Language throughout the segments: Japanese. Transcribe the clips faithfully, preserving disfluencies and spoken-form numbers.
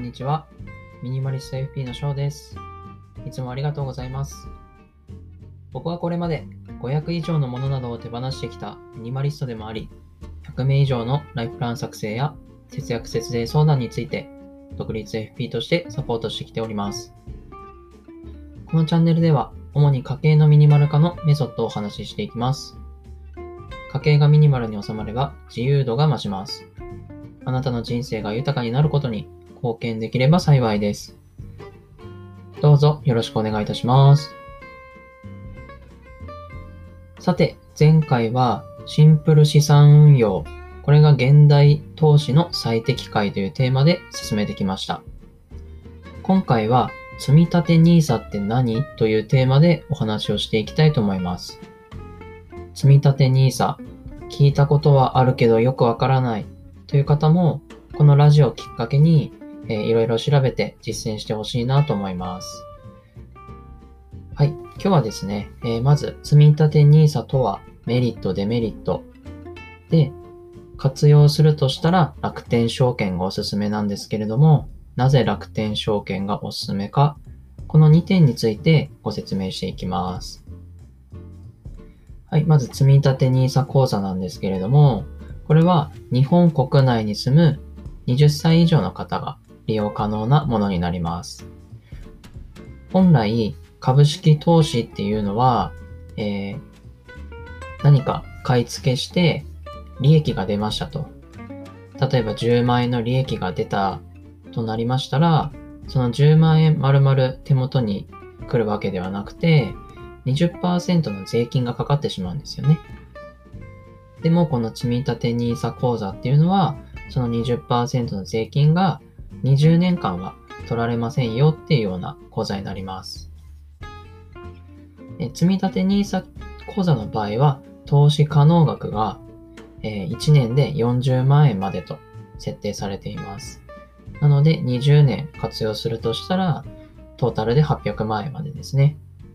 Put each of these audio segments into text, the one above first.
にちは。ミニマリスト エフピー の翔です。いつもありがとうございます。僕はこれまでごひゃく以上のものなどを手放してきたミニマリストでもあり、ひゃくめい以上のライフプラン作成や節約節税相談について独立 エフピー としてサポートしてきております。このチャンネルでは主に家計のミニマル化のメソッドをお話ししていきます。家計がミニマルに収まれば自由度が増します。あなたの人生が豊かになることに貢献できれば幸いです。どうぞよろしくお願いいたします。さて、前回はシンプル資産運用、これが現代投資の最適解というテーマで進めてきました。今回は積立 エヌアイエスエー って何というテーマでお話をしていきたいと思います。積立 エヌアイエスエー、聞いたことはあるけどよくわからないという方も、このラジオをきっかけに、えー、いろいろ調べて実践してほしいなと思います。はい、今日はですね、えー、まず積立 エヌアイエスエー とはメリット、デメリットで、活用するとしたら楽天証券がおすすめなんですけれども、なぜ楽天証券がおすすめか、このにてんについてご説明していきます。はい、まず積立 エヌアイエスエー 口座なんですけれども、これは日本国内に住むはたち以上の方が利用可能なものになります。本来、株式投資っていうのは、えー、何か買い付けして利益が出ましたと。例えばじゅうまんえんの利益が出たとなりましたら、そのじゅうまんえん丸々手元に来るわけではなくて、にじゅっパーセント の税金がかかってしまうんですよね。でもこの積立 エヌアイエスエー 口座っていうのは、その にじゅっパーセント の税金がにじゅうねんかんは取られませんよっていうような口座になります。え積立 エヌアイエスエー 口座の場合は、投資可能額がいちねんでよんじゅうまんえんまでと設定されています。なのでにじゅうねん活用するとしたら、トータルではっぴゃくまんえんまでですね。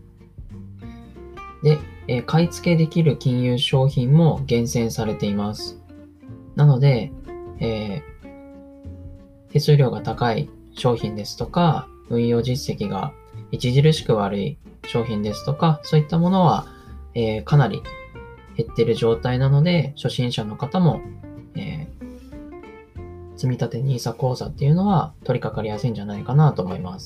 で、えー、買い付けできる金融商品も厳選されています。なので、えー、手数料が高い商品ですとか、運用実績が著しく悪い商品ですとか、そういったものは、えー、かなり減っている状態なので、初心者の方も、えー、積立 エヌアイエスエー 口座っていうのは取り掛かりやすいんじゃないかなと思います。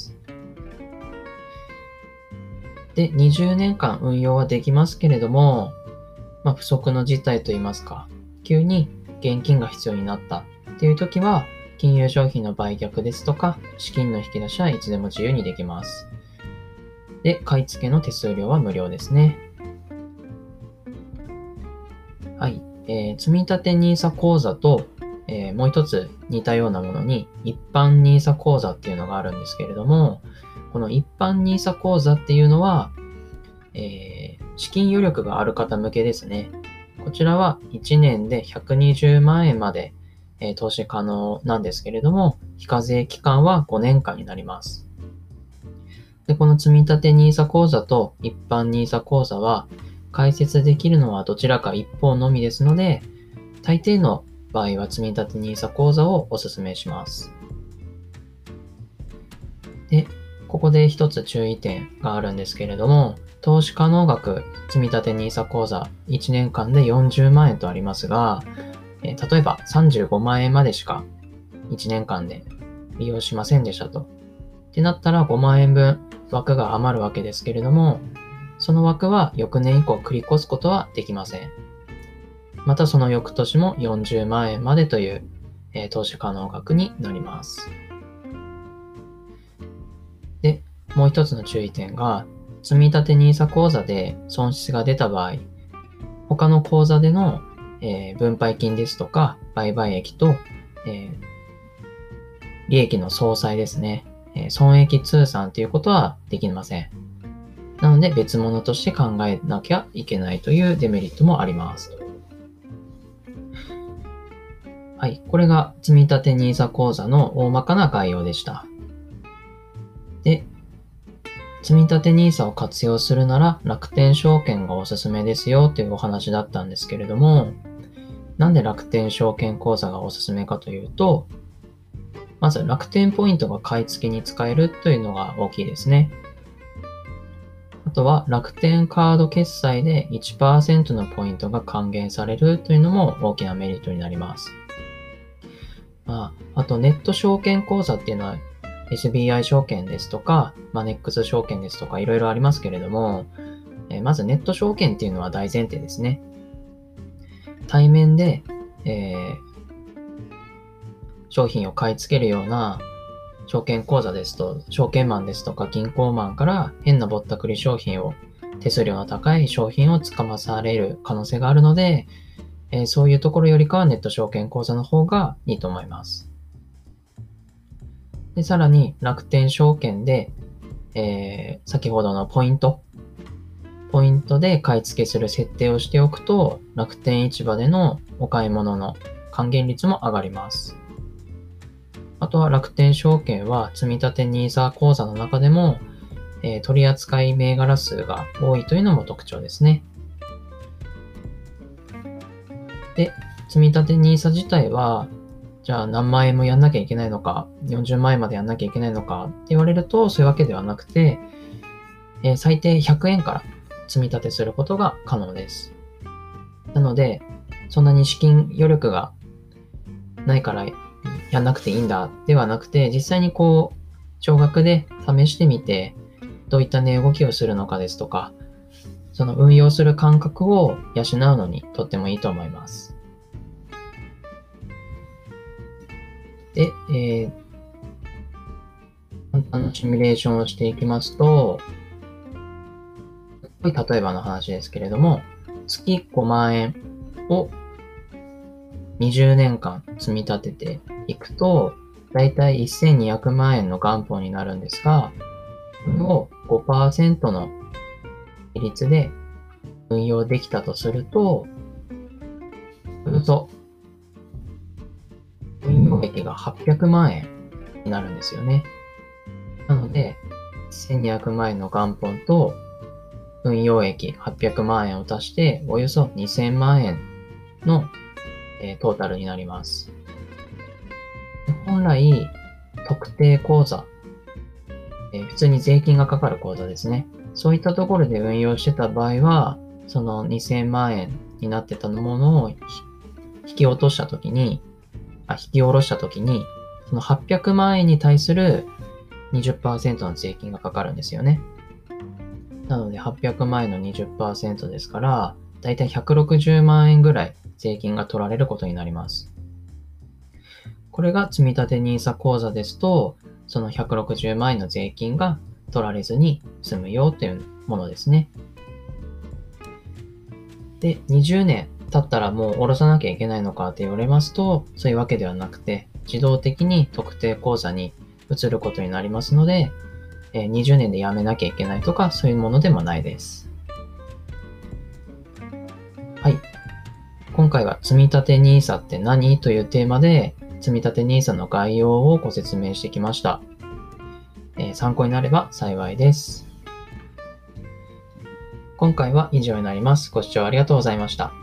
で、にじゅうねんかん運用はできますけれども、まあ、不測の事態といいますか、急に現金が必要になったっていう時は、金融商品の売却ですとか、資金の引き出しはいつでも自由にできます。で、買い付けの手数料は無料ですね。はい。えー、積立 エヌアイエスエー 口座と、えー、もう一つ似たようなものに、一般 エヌアイエスエー 口座っていうのがあるんですけれども、この一般 エヌアイエスエー 口座っていうのは、えー、資金余力がある方向けですね。こちらはいちねんでひゃくにじゅうまんえんまで、えー、投資可能なんですけれども、非課税期間はごねんかんになります。で、この積立 エヌアイエスエー 口座と一般 エヌアイエスエー 口座は、開設できるのはどちらか一方のみですので、大抵の場合は積立 エヌアイエスエー 口座をお勧めします。で、ここで一つ注意点があるんですけれども、投資可能額積立 エヌアイエスエー 口座いちねんかんでよんじゅうまんえんとありますが、えー、例えばさんじゅうごまんえんまでしかいちねんかんで利用しませんでしたと。ってなったらごまんえんぶん枠が余るわけですけれども、その枠は翌年以降繰り越すことはできません。またその翌年もよんじゅうまんえんまでという、えー、投資可能額になります。で、もう一つの注意点が、積立 エヌアイエスエー 口座で損失が出た場合、他の口座での、えー、分配金ですとか売買益と、えー、利益の相殺ですね、えー、損益通算ということはできません。なので別物として考えなきゃいけないというデメリットもあります。はい、これが積立 エヌアイエスエー 口座の大まかな概要でした。で、積立 エヌアイエスエー を活用するなら楽天証券がおすすめですよというお話だったんですけれども、なんで楽天証券口座がおすすめかというと、 まず楽天ポイントが買い付けに使えるというのが大きいですね。あとは楽天カード決済で いちパーセント のポイントが還元されるというのも大きなメリットになります。まあ、あとネット証券口座っていうのは エスビーアイ 証券ですとか、マネックス証券ですとかいろいろありますけれども、えまずネット証券っていうのは大前提ですね。対面で、えー、商品を買い付けるような証券口座ですと、証券マンですとか銀行マンから変なぼったくり商品を、手数料の高い商品をつかまされる可能性があるので、えー、そういうところよりかはネット証券口座の方がいいと思います。で、さらに楽天証券で、えー、先ほどのポイント、ポイントで買い付けする設定をしておくと、楽天市場でのお買い物の還元率も上がります。あとは楽天証券は積立 ニーサ 口座の中でも、えー、取扱い銘柄数が多いというのも特徴ですね。で、積立 ニーサ 自体は、じゃあ何万円もやんなきゃいけないのか、よんじゅうまん円までやんなきゃいけないのかって言われると、そういうわけではなくて、えー、最低ひゃくえんから積み立てすることが可能です。なので、そんなに資金余力がないからやんなくていいんだではなくて、実際にこう、少額で試してみて、どういった値動きをするのかですとか、その運用する感覚を養うのにとってもいいと思います。で、えー、簡単なシミュレーションをしていきますと、例えばの話ですけれども、月ごまんえんをにじゅうねんかん積み立てていくと、だいたいせんにひゃくまんえんの元本になるんですが、これを ごパーセント の比率で運用できたとすると、およそ運用益がはっぴゃくまんえんになるんですよね。なので、せんにひゃくまんえんの元本と運用益はっぴゃくまんえんを足して、およそにせんまんえんの、えー、トータルになります。本来、特定口座、えー、普通に税金がかかる口座ですね。そういったところで運用してた場合は、そのにせんまんえんになってたものを引き落としたときに、あ、引き下ろしたときに、そのはっぴゃくまんえんに対する にじゅっパーセント の税金がかかるんですよね。なのではっぴゃくまんえんの にじゅっパーセント ですから、だいたいひゃくろくじゅうまんえんぐらい税金が取られることになります。これが積立 ニーサ 口座ですと、そのひゃくろくじゅうまんえんの税金が取られずに済むよというものですね。で、にじゅうねん経ったらもう下ろさなきゃいけないのかって言われますと、そういうわけではなくて、自動的に特定口座に移ることになりますので、にじゅうねんでやめなきゃいけないとか、そういうものでもないです。はい。今回は積立 ニーサ って何というテーマで、積立 ニーサ の概要をご説明してきました。えー、参考になれば幸いです。今回は以上になります。ご視聴ありがとうございました。